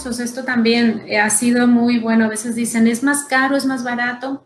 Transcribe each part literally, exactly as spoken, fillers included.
recursos, esto también ha sido muy bueno. A veces dicen, ¿es más caro, es más barato?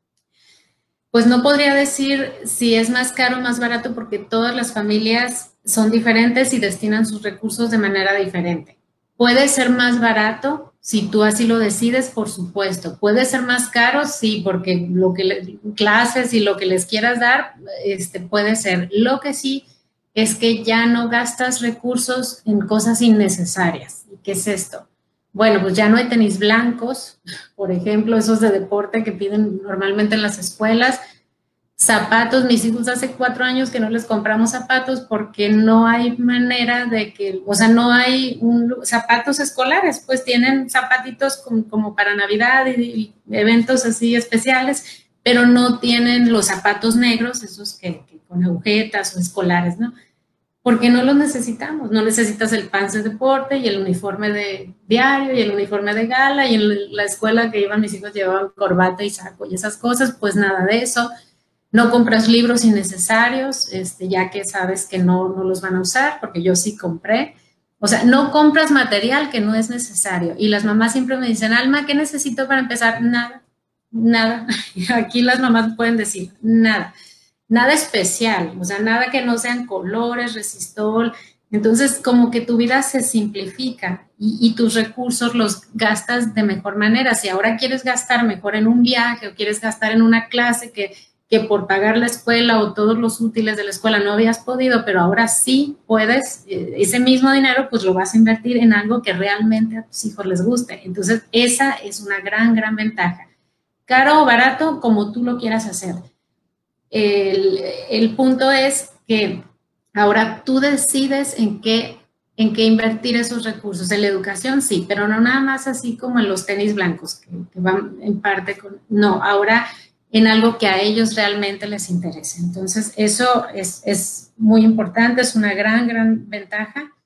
Pues no podría decir si es más caro o más barato porque todas las familias son diferentes y destinan sus recursos de manera diferente. Puede ser más barato si tú así lo decides, por supuesto. Puede ser más caro, sí, porque lo que le, clases y lo que les quieras dar, este, puede ser. Lo que sí es que ya no gastas recursos en cosas innecesarias. ¿Y qué es esto? Bueno, pues ya no hay tenis blancos, por ejemplo, esos de deporte que piden normalmente en las escuelas. Zapatos, mis hijos hace cuatro años que no les compramos zapatos porque no hay manera de que, o sea, no hay un, zapatos escolares, pues tienen zapatitos como, como para Navidad y, y eventos así especiales, pero no tienen los zapatos negros, esos que, que con agujetas o escolares, ¿no? Porque no los necesitamos, no necesitas el pants de deporte y el uniforme de diario y el uniforme de gala y en la escuela que iban mis hijos llevaban corbata y saco y esas cosas, pues nada de eso. No compras libros innecesarios, este, ya que sabes que no, no los van a usar, porque yo sí compré. O sea, no compras material que no es necesario. Y las mamás siempre me dicen, Alma, ¿qué necesito para empezar? Nada, nada. Aquí las mamás pueden decir, nada. Nada especial, o sea, nada que no sean colores, resistol. Entonces, como que tu vida se simplifica y, y tus recursos los gastas de mejor manera. Si ahora quieres gastar mejor en un viaje o quieres gastar en una clase que, que por pagar la escuela o todos los útiles de la escuela no habías podido, pero ahora sí puedes, ese mismo dinero pues lo vas a invertir en algo que realmente a tus hijos les guste. Entonces, esa es una gran, gran ventaja. Caro o barato, como tú lo quieras hacer. El, el punto es que ahora tú decides en qué, en qué invertir esos recursos. En la educación sí, pero no nada más así como en los tenis blancos, que, que van en parte con... No, ahora en algo que a ellos realmente les interese. Entonces, eso es, es muy importante, es una gran, gran ventaja.